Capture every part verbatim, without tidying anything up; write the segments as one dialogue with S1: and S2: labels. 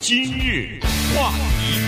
S1: 今日话题，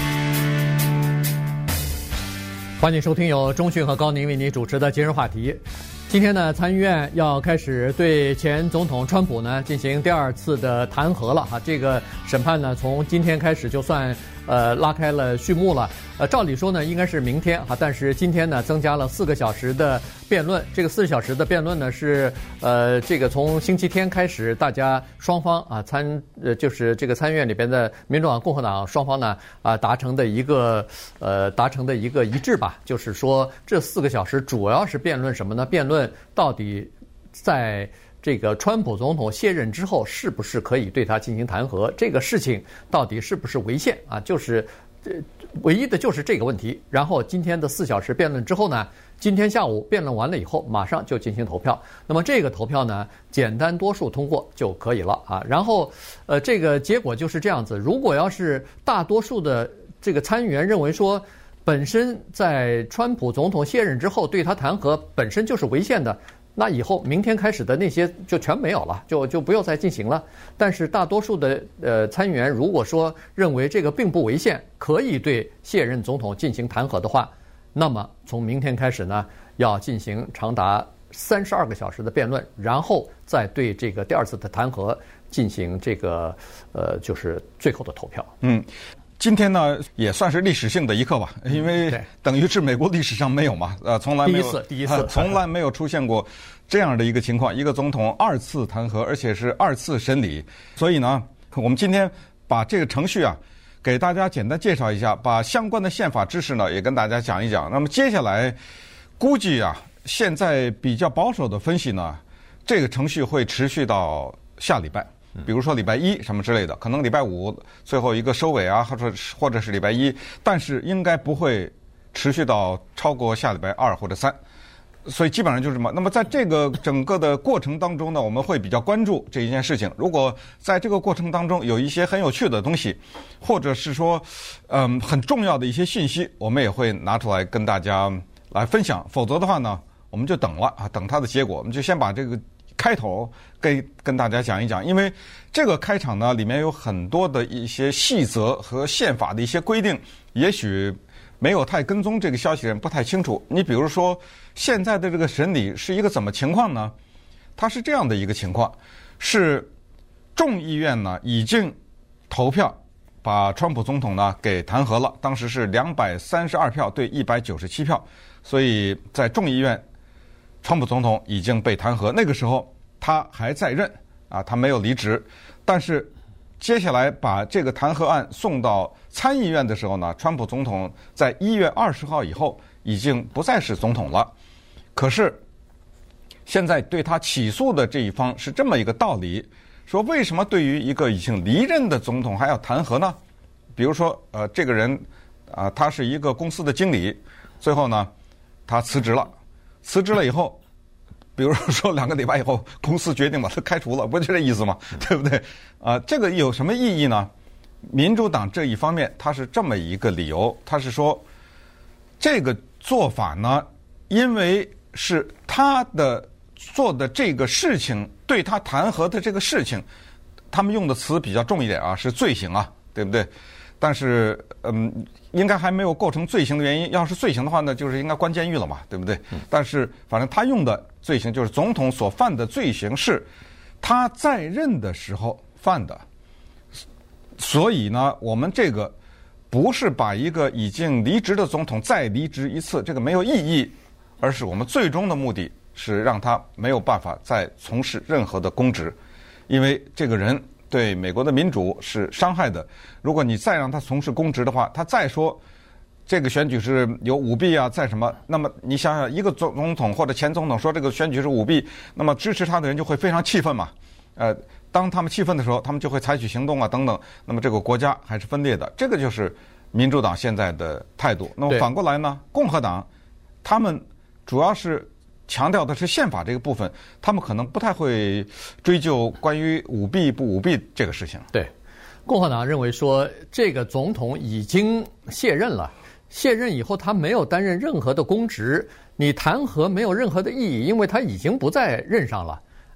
S2: 欢迎收听由钟迅和高宁为你主持的今日话题。今天呢，参议院要开始对前总统川普呢进行第二次的弹劾了哈。这个审判呢，从今天开始就算呃拉开了序幕了。呃，照理说呢，应该是明天哈，但是今天呢，增加了四个小时的辩论。这个四个小时的辩论呢，是呃这个从星期天开始，大家双方啊参呃就是这个参议院里边的民主党、共和党双方呢啊达成的一个呃达成的一个一致吧，就是说这四个小时主要是辩论什么呢？辩论到底在这个川普总统卸任之后，是不是可以对他进行弹劾？这个事情到底是不是违宪啊？就是呃唯一的就是这个问题。然后今天的四小时辩论之后呢，今天下午辩论完了以后，马上就进行投票。那么这个投票呢，简单多数通过就可以了啊。然后呃，这个结果就是这样子。如果要是大多数的这个参议员认为说，本身在川普总统卸任之后对他弹劾本身就是违宪的，那以后明天开始的那些就全没有了，就就不用再进行了。但是大多数的呃参议员如果说认为这个并不违宪，可以对卸任总统进行弹劾的话，那么从明天开始呢，要进行长达三十二个小时的辩论，然后再对这个第二次的弹劾进行这个呃就是最后的投票。
S3: 嗯。今天呢，也算是历史性的一刻吧，因为等于是美国历史上没有嘛，呃，从来没有
S2: 第一次，第一次，
S3: 从来没有出现过这样的一个情况，一个总统二次弹劾，而且是二次审理。所以呢，我们今天把这个程序啊，给大家简单介绍一下，把相关的宪法知识呢，也跟大家讲一讲。那么接下来，估计啊，现在比较保守的分析呢，这个程序会持续到下礼拜。比如说礼拜一什么之类的，可能礼拜五最后一个收尾啊，或者或者是礼拜一，但是应该不会持续到超过下礼拜二或者三，所以基本上就是这么。那么在这个整个的过程当中呢，我们会比较关注这一件事情。如果在这个过程当中有一些很有趣的东西，或者是说嗯很重要的一些信息，我们也会拿出来跟大家来分享。否则的话呢，我们就等了啊，等它的结果。我们就先把这个开头给跟大家讲一讲，因为这个开场呢，里面有很多的一些细则和宪法的一些规定，也许没有太跟踪这个消息人不太清楚。你比如说，现在的这个审理是一个怎么情况呢？它是这样的一个情况，是众议院呢已经投票把川普总统呢给弹劾了，当时是两百三十二票对一百九十七票，所以在众议院，川普总统已经被弹劾。那个时候他还在任啊，他没有离职。但是接下来把这个弹劾案送到参议院的时候呢，川普总统在一月二十号以后已经不再是总统了。可是现在对他起诉的这一方是这么一个道理，说为什么对于一个已经离任的总统还要弹劾呢？比如说呃，这个人啊、呃，他是一个公司的经理，最后呢他辞职了。辞职了以后，比如说两个礼拜以后，公司决定把他开除了，不就这意思吗？对不对？啊、呃，这个有什么意义呢？民主党这一方面，他是这么一个理由，他是说，这个做法呢，因为是他的做的这个事情，对他弹劾的这个事情，他们用的词比较重一点啊，是罪行啊，对不对？但是，嗯，应该还没有构成罪行的原因。要是罪行的话呢，就是应该关监狱了嘛，对不对？但是，反正他用的罪行就是总统所犯的罪行是他在任的时候犯的。所以呢，我们这个不是把一个已经离职的总统再离职一次，这个没有意义，而是我们最终的目的是让他没有办法再从事任何的公职，因为这个人对美国的民主是伤害的。如果你再让他从事公职的话，他再说这个选举是有舞弊啊，再什么，那么你想想，一个总总统或者前总统说这个选举是舞弊，那么支持他的人就会非常气愤嘛。呃，当他们气愤的时候，他们就会采取行动啊，等等。那么这个国家还是分裂的，这个就是民主党现在的态度。那么反过来呢，共和党他们主要是强调的是宪法这个部分，他们可能不太会追究关于舞弊不舞弊这个事情。
S2: 对，共和党认为说，这个总统已经卸任了，卸任以后他没有担任任何的公职，你弹劾没有任何的意义，因为他已经不在任上了。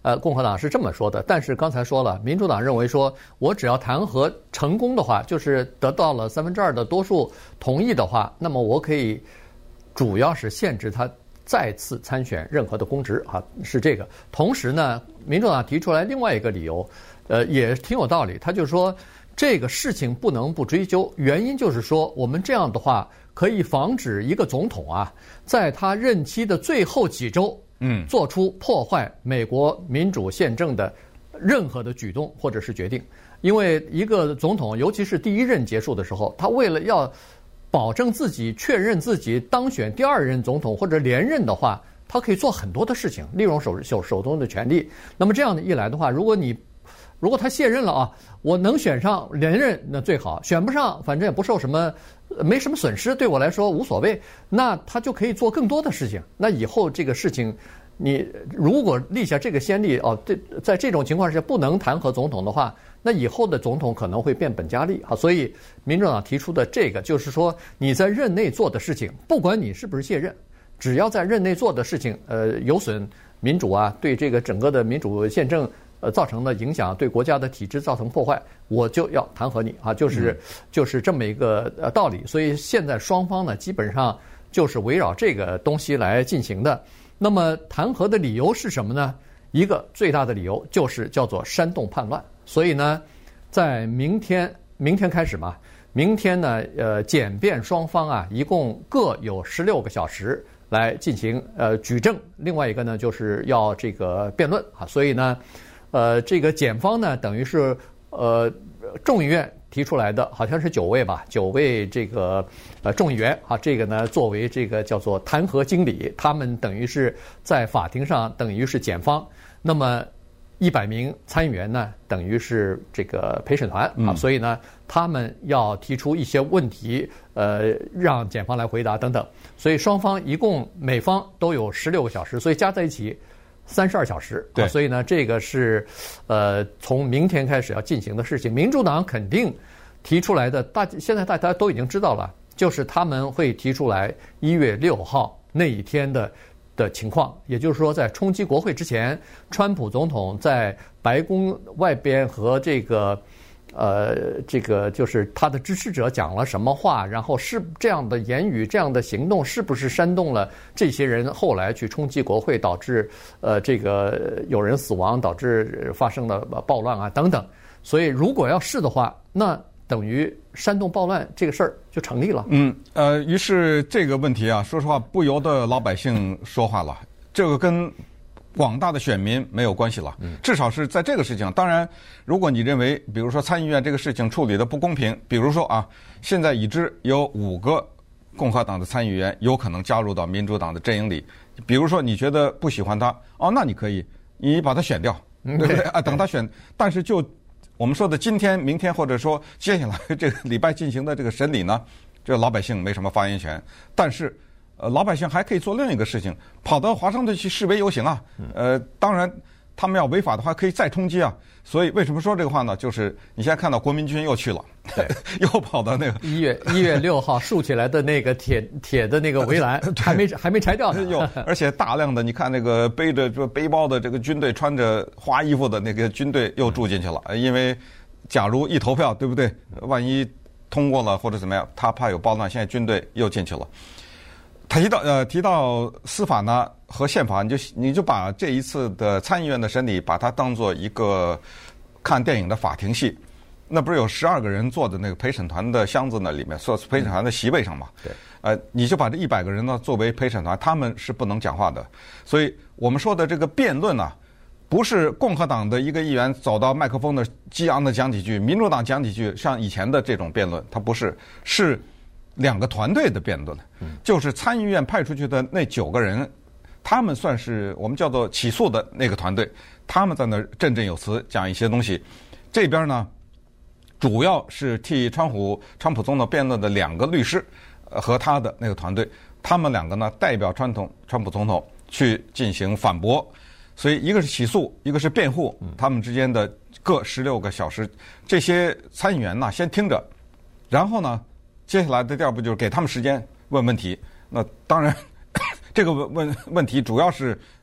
S2: 呃，共和党是这么说的。但是刚才说了，民主党认为说，我只要弹劾成功的话，就是得到了三分之二的多数同意的话，那么我可以主要是限制他再次参选任何的公职啊，是这个。同时呢，民主党提出来另外一个理由，呃，也挺有道理。他就说这个事情不能不追究，原因就是说我们这样的话可以防止一个总统啊，在他任期的最后几周。嗯，做出破坏美国民主宪政的任何的举动或者是决定，因为一个总统，尤其是第一任结束的时候，他为了要保证自己确认自己当选第二任总统或者连任的话，他可以做很多的事情，利用手手手中的权力。那么这样的一来的话，如果你如果他卸任了啊，我能选上连任那最好，选不上反正也不受什么没什么损失，对我来说无所谓，那他就可以做更多的事情。那以后这个事情，你如果立下这个先例哦，对，在这种情况下不能弹劾总统的话，那以后的总统可能会变本加厉啊。所以民主党提出的这个就是说，你在任内做的事情，不管你是不是卸任，只要在任内做的事情，呃，有损民主啊，对这个整个的民主宪政呃造成的影响，对国家的体制造成破坏，我就要弹劾你啊，就是、嗯、就是这么一个呃道理。所以现在双方呢，基本上就是围绕这个东西来进行的。那么弹劾的理由是什么呢？一个最大的理由就是叫做煽动叛乱。所以呢，在明天明天开始嘛，明天呢，呃，检辩双方啊，一共各有十六个小时来进行呃举证。另外一个呢，就是要这个辩论啊。所以呢，呃，这个检方呢，等于是呃众议院提出来的，好像是九位吧，九位这个呃众议员啊，这个呢作为这个叫做弹劾经理，他们等于是在法庭上等于是检方。那么一百名参议员呢，等于是这个陪审团啊，所以呢，他们要提出一些问题，呃，让检方来回答等等。所以双方一共每方都有十六个小时，所以加在一起三十二小时。
S3: 对，
S2: 所以呢，这个是呃从明天开始要进行的事情。民主党肯定提出来的，大现在大家都已经知道了，就是他们会提出来一月六号那一天的。的情况，也就是说，在冲击国会之前，川普总统在白宫外边和这个，呃，这个就是他的支持者讲了什么话，然后是这样的言语、这样的行动，是不是煽动了这些人后来去冲击国会，导致呃这个有人死亡，导致发生了暴乱啊等等。所以，如果要是的话，那等于煽动暴乱这个事儿就成立了。
S3: 嗯，呃，于是这个问题啊，说实话不由得老百姓说话了。这个跟广大的选民没有关系了。嗯，至少是在这个事情。当然，如果你认为，比如说参议院这个事情处理的不公平，比如说啊，现在已知有五个共和党的参议员有可能加入到民主党的阵营里。比如说你觉得不喜欢他，哦，那你可以，你把他选掉，对不对啊？等他选，但是就。我们说的今天、明天，或者说接下来这个礼拜进行的这个审理呢，这老百姓没什么发言权。但是，呃，老百姓还可以做另一个事情，跑到华盛顿去示威游行啊。呃，当然，他们要违法的话，可以再冲击啊。所以，为什么说这个话呢？就是你现在看到国民军又去了，
S2: 对，
S3: 又跑到那个
S2: 一月一月六号竖起来的那个铁铁的那个围栏，还没还没拆掉呢。
S3: 有，而且大量的你看那个背着这背包的这个军队，穿着花衣服的那个军队又住进去了。因为假如一投票，对不对？万一通过了或者怎么样，他怕有暴乱，现在军队又进去了。他提到呃提到司法呢和宪法，你就你就把这一次的参议院的审理，把它当做一个看电影的法庭戏。那不是有十二个人坐在那个陪审团的箱子那里面，坐陪审团的席位上嘛？
S2: 对。
S3: 呃，你就把这一百个人呢作为陪审团，他们是不能讲话的。所以我们说的这个辩论呢，不是共和党的一个议员走到麦克风的激昂的讲几句，民主党讲几句，像以前的这种辩论，它不是，是两个团队的辩论，就是参议院派出去的那九个人，他们算是我们叫做起诉的那个团队，他们在那振振有词讲一些东西。这边呢，主要是替川普川普总统辩论的两个律师和他的那个团队，他们两个呢代表传统川普总统去进行反驳，所以一个是起诉，一个是辩护，他们之间的各十六个小时，这些参议员呢先听着，然后呢。接下来的第二步就是给他们时间问问题。那当然，这个问问问题主要是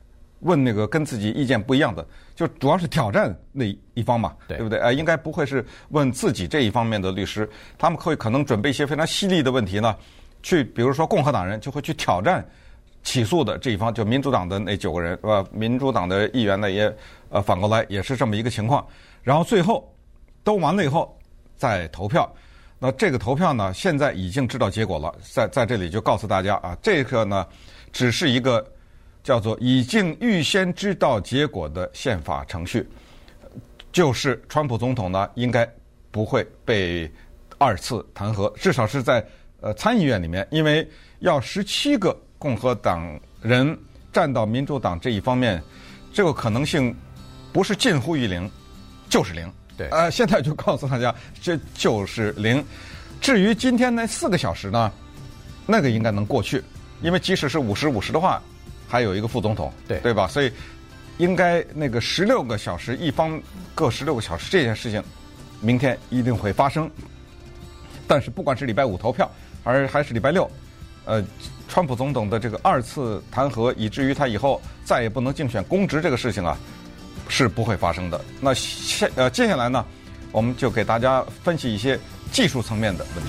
S3: 问那个跟自己意见不一样的，就主要是挑战那一方嘛，
S2: 对
S3: 对不对？呃，应该不会是问自己这一方面的律师，他们会可能准备一些非常犀利的问题呢，去比如说共和党人就会去挑战起诉的这一方，就民主党的那九个人，呃，民主党的议员呢也呃反过来也是这么一个情况，然后最后都完了以后再投票。那这个投票呢，现在已经知道结果了，在在这里就告诉大家啊，这个呢只是一个叫做已经预先知道结果的宪法程序，就是川普总统呢应该不会被二次弹劾，至少是在呃参议院里面，因为要十七个共和党人站到民主党这一方面，这个可能性不是近乎于零，就是零。
S2: 对，
S3: 呃，现在就告诉大家，这就是零。至于今天那四个小时呢，那个应该能过去，因为即使是五十五十的话，还有一个副总统，
S2: 对
S3: 对吧？所以应该那个十六个小时，一方各十六个小时这件事情，明天一定会发生。但是不管是礼拜五投票，而还是礼拜六，呃，川普总统的这个二次弹劾，以至于他以后再也不能竞选公职这个事情啊，是不会发生的。那下呃接下来呢，我们就给大家分析一些技术层面的问题。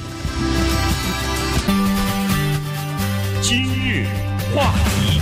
S1: 今日话题，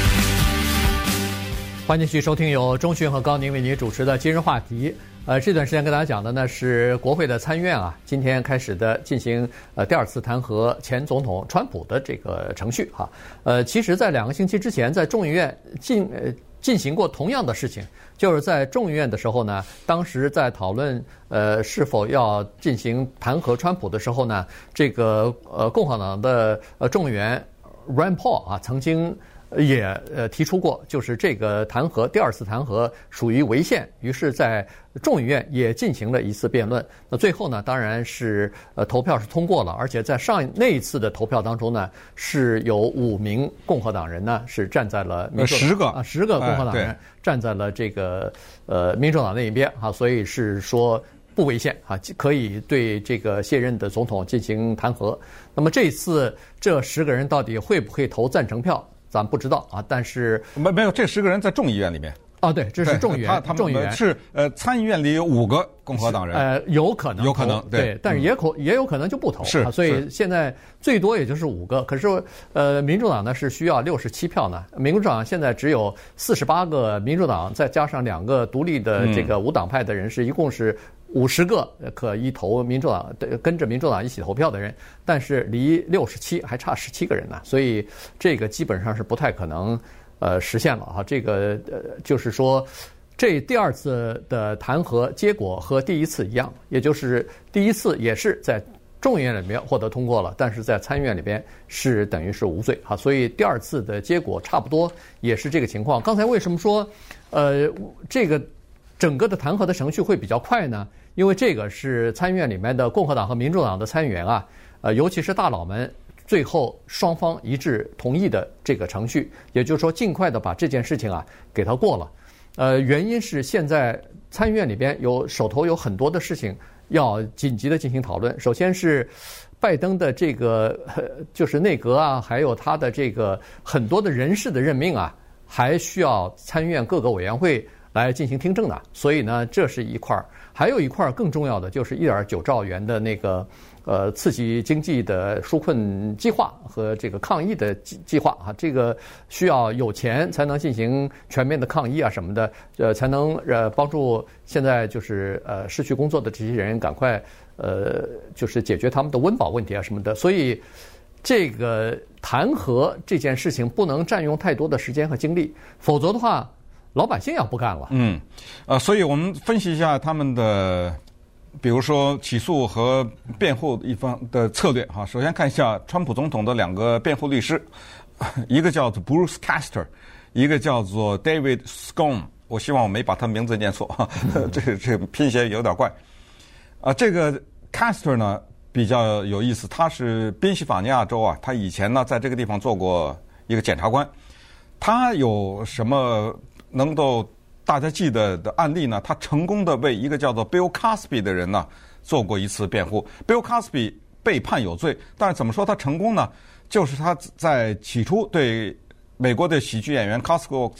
S2: 欢迎继续收听由钟迅和高宁为您主持的今日话题。呃，这段时间跟大家讲的呢是国会的参院啊，今天开始的进行呃第二次弹劾前总统川普的这个程序哈。呃，其实，在两个星期之前，在众议院进呃进行过同样的事情，就是在众议院的时候呢，当时在讨论呃是否要进行弹劾川普的时候呢，这个呃共和党的呃众议员 Rand Paul 啊曾经也呃提出过，就是这个弹劾第二次弹劾属于违宪，于是，在众议院也进行了一次辩论。那最后呢，当然是呃投票是通过了，而且在上那一次的投票当中呢，是有五名共和党人呢是站在了民主党
S3: 十个
S2: 啊十个共和党人、
S3: 哎、
S2: 站在了这个呃民主党那一边啊，所以是说不违宪啊，可以对这个卸任的总统进行弹劾。那么这次这十个人到底会不会投赞成票？咱不知道啊，但是
S3: 没没有这十个人在众议院里面。
S2: 哦，对，这是众议员，
S3: 他他
S2: 众议员
S3: 是呃参议院里有五个共和党人，
S2: 呃，有可能，
S3: 有可能，
S2: 对，但是也可、嗯、也有可能就不投，
S3: 是、
S2: 啊，所以现在最多也就是五个。可是呃，民主党呢是需要六十七票呢，民主党现在只有四十八个，民主党再加上两个独立的这个无党派的人士，嗯、一共是五十个可以投民主党跟着民主党一起投票的人，但是离六十七还差十七个人呢，所以这个基本上是不太可能呃实现了哈。这个呃就是说。这第二次的弹劾结果和第一次一样，也就是第一次也是在众议院里面获得通过了，但是在参议院里边是等于是无罪哈，所以第二次的结果差不多也是这个情况。刚才为什么说，呃，这个整个的弹劾的程序会比较快呢？因为这个是参议院里面的共和党和民主党的参议员啊，呃，尤其是大佬们。最后双方一致同意的这个程序，也就是说尽快的把这件事情啊给它过了。呃，原因是现在参议院里边有手头有很多的事情要紧急的进行讨论。首先是拜登的这个就是内阁啊，还有他的这个很多的人事的任命啊，还需要参议院各个委员会来进行听证的。所以呢，这是一块儿。还有一块儿更重要的就是一点九兆元的那个呃刺激经济的纾困计划和这个抗疫的计计划啊，这个需要有钱才能进行全面的抗疫啊什么的，呃，才能呃帮助现在就是呃失去工作的这些人赶快呃就是解决他们的温饱问题啊什么的。所以这个弹劾这件事情不能占用太多的时间和精力，否则的话。老百姓要不干了。
S3: 嗯，呃，所以我们分析一下他们的，比如说起诉和辩护一方的策略哈。首先看一下川普总统的两个辩护律师，一个叫做 Bruce Castor， 一个叫做 David Scone。我希望我没把他名字念错，这个这个拼写有点怪。啊，这个 Castor 呢比较有意思，他是宾夕法尼亚州啊，他以前呢在这个地方做过一个检察官，他有什么？能够大家记得的案例呢？他成功的为一个叫做 Bill Cosby 的人呢做过一次辩护。Bill Cosby 被判有罪，但是怎么说他成功呢？就是他在起初对美国的喜剧演员 Cosby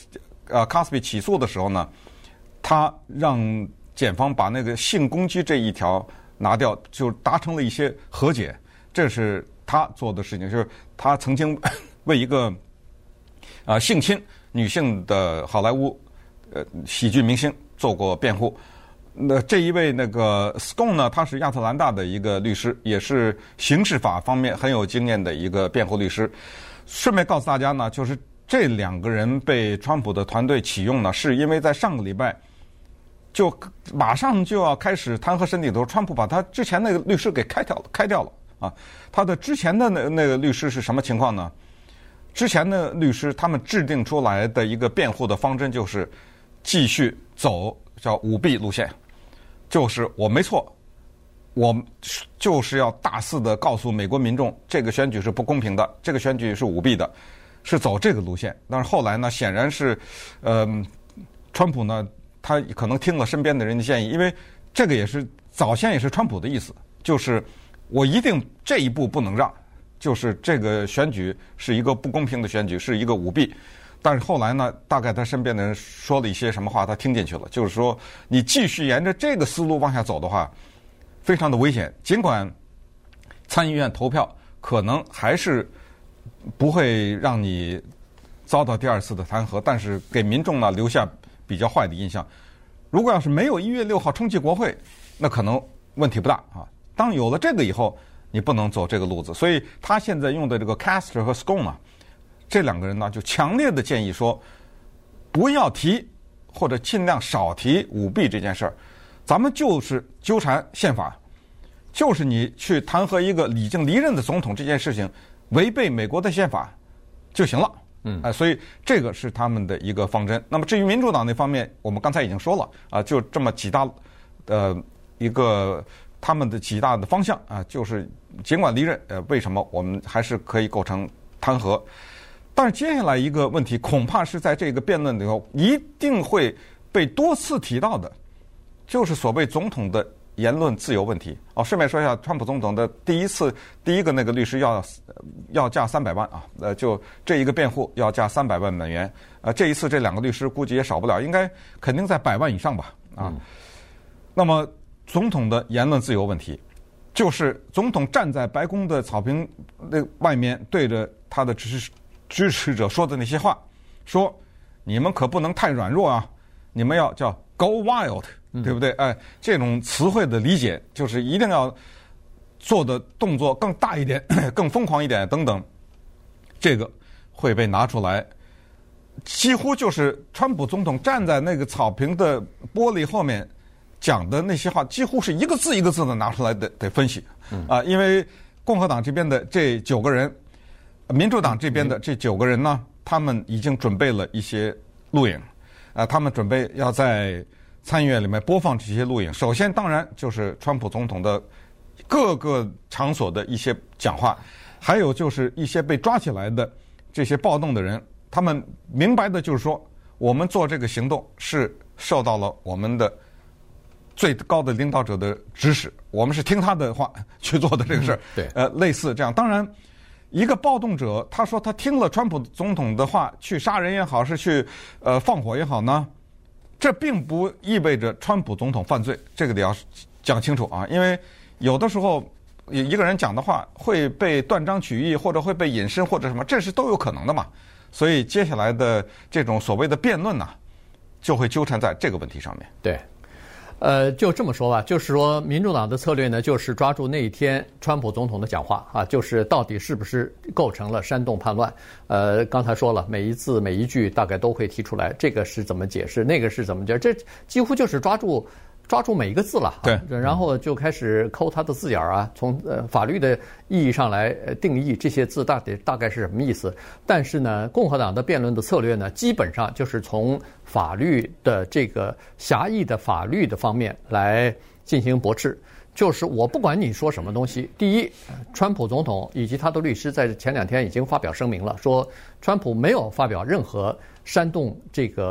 S3: 呃 Cosby 起诉的时候呢，他让检方把那个性攻击这一条拿掉，就达成了一些和解。这是他做的事情，就是他曾经为一个啊、呃、性侵女性的好莱坞呃喜剧明星做过辩护。那这一位那个 Scone 呢，他是亚特兰大的一个律师，也是刑事法方面很有经验的一个辩护律师。顺便告诉大家呢，就是这两个人被川普的团队启用呢，是因为在上个礼拜就马上就要开始弹劾审理的时候，川普把他之前那个律师给开掉了，开掉了啊。他的之前的那那个律师是什么情况呢？之前的律师他们制定出来的一个辩护的方针就是继续走叫舞弊路线。就是我没错，我就是要大肆的告诉美国民众，这个选举是不公平的，这个选举是舞弊的，是走这个路线。但是后来呢，显然是，呃，川普呢，他可能听了身边的人的建议，因为这个也是早先也是川普的意思，就是我一定这一步不能让，就是这个选举是一个不公平的选举，是一个舞弊。但是后来呢，大概他身边的人说了一些什么话，他听进去了。就是说，你继续沿着这个思路往下走的话，非常的危险。尽管参议院投票可能还是不会让你遭到第二次的弹劾，但是给民众呢留下比较坏的印象。如果要是没有一月六号冲击国会，那可能问题不大啊。当有了这个以后，你不能走这个路子。所以他现在用的这个 Castor 和 Scone 啊。这两个人呢，就强烈的建议说，不要提或者尽量少提舞弊这件事儿，咱们就是纠缠宪法，就是你去弹劾一个已经离任的总统这件事情违背美国的宪法就行了。嗯，哎、呃，所以这个是他们的一个方针。那么至于民主党那方面，我们刚才已经说了啊、呃，就这么几大呃一个他们的几大的方向啊、呃，就是尽管离任，呃，为什么我们还是可以构成弹劾？但是接下来一个问题，恐怕是在这个辩论里头一定会被多次提到的，就是所谓总统的言论自由问题。哦，顺便说一下，川普总统的第一次第一个那个律师要要价三百万啊，呃，就这一个辩护要价三百万美元。呃，这一次这两个律师估计也少不了，应该肯定在百万以上吧？啊，嗯、那么总统的言论自由问题，就是总统站在白宫的草坪那外面，对着他的支持。支持者说的那些话，说你们可不能太软弱啊，你们要叫 go wild， 对不对？哎，这种词汇的理解就是一定要做的动作更大一点，更疯狂一点等等，这个会被拿出来，几乎就是川普总统站在那个草坪的玻璃后面讲的那些话，几乎是一个字一个字的拿出来的得分析啊，因为共和党这边的这九个人。民主党这边的这九个人呢，他们已经准备了一些录影，啊，他们准备要在参议院里面播放这些录影。首先，当然就是川普总统的各个场所的一些讲话，还有就是一些被抓起来的这些暴动的人，他们明白的就是说，我们做这个行动是受到了我们的最高的领导者的指使，我们是听他的话去做的这个事儿。
S2: 对，
S3: 呃，类似这样，当然。一个暴动者，他说他听了川普总统的话，去杀人也好，是去呃放火也好呢，这并不意味着川普总统犯罪，这个得要讲清楚啊。因为有的时候一个人讲的话会被断章取义，或者会被引申，或者什么，这是都有可能的嘛。所以接下来的这种所谓的辩论呢，就会纠缠在这个问题上面。
S2: 对。呃，就这么说吧，就是说，民主党的策略呢，就是抓住那一天川普总统的讲话啊，就是到底是不是构成了煽动叛乱。呃，刚才说了，每一字每一句大概都会提出来，这个是怎么解释，那个是怎么解释，这几乎就是抓住抓住每一个字了。
S3: 对，
S2: 然后就开始抠他的字眼儿啊，从呃法律的意义上来定义这些字大体大概是什么意思。但是呢，共和党的辩论的策略呢，基本上就是从法律的这个狭义的法律的方面来进行驳斥，就是我不管你说什么东西。第一，川普总统以及他的律师在前两天已经发表声明了，说川普没有发表任何煽动这个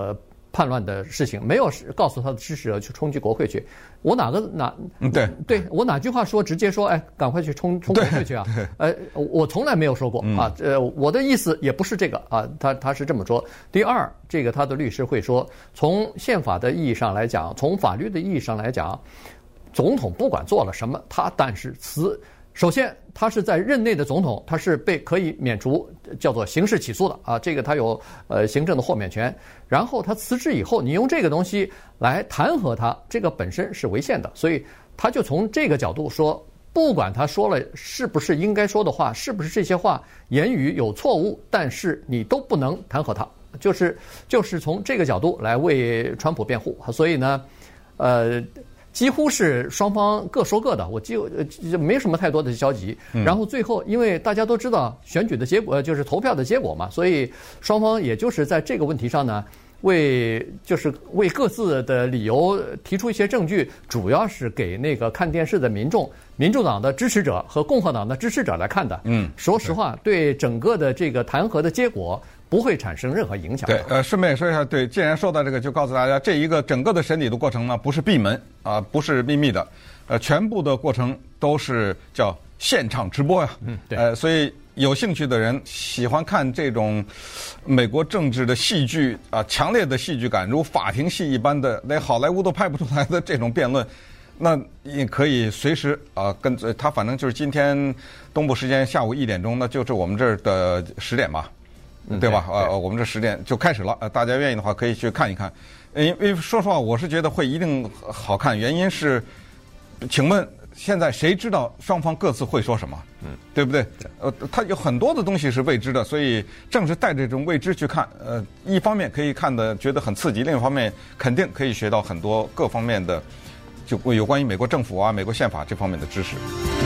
S2: 叛乱的事情，没有告诉他的支持者去冲击国会去。我哪个哪
S3: 对
S2: 对我哪句话说直接说，哎，赶快去冲冲国会去啊？呃，我从来没有说过啊。呃，我的意思也不是这个啊。他他是这么说。第二，这个他的律师会说，从宪法的意义上来讲，从法律的意义上来讲，总统不管做了什么，他但是辞。首先，他是在任内的总统，他是被可以免除叫做刑事起诉的啊，这个他有呃行政的豁免权。然后他辞职以后，你用这个东西来弹劾他，这个本身是违宪的。所以他就从这个角度说，不管他说了是不是应该说的话，是不是这些话言语有错误，但是你都不能弹劾他，就是就是从这个角度来为川普辩护。所以呢，呃。几乎是双方各说各的，我就就没什么太多的交集。然后最后，因为大家都知道选举的结果就是投票的结果嘛，所以双方也就是在这个问题上呢，为就是为各自的理由提出一些证据，主要是给那个看电视的民众、民主党的支持者和共和党的支持者来看的。嗯，说实话，对整个的这个弹劾的结果不会产生任何影响。
S3: 对，呃，顺便说一下，对，既然说到这个，就告诉大家，这一个整个的审理的过程呢，不是闭门啊、呃，不是秘密的，呃，全部的过程都是叫现场直播呀。嗯，对。呃，所以有兴趣的人，喜欢看这种美国政治的戏剧啊、呃，强烈的戏剧感，如法庭戏一般的，连好莱坞都拍不出来的这种辩论，那也可以随时啊、呃、跟着他，反正就是今天东部时间下午一点钟，那就是我们这儿的十点吧。对吧？呃，我们这十点就开始了，呃，大家愿意的话可以去看一看。因为说实话，我是觉得会一定好看，原因是，请问现在谁知道双方各自会说什么？嗯，对不对？呃，它有很多的东西是未知的，所以正是带着这种未知去看，呃，一方面可以看得觉得很刺激，另一方面肯定可以学到很多各方面的，就有关于美国政府啊、美国宪法这方面的知识。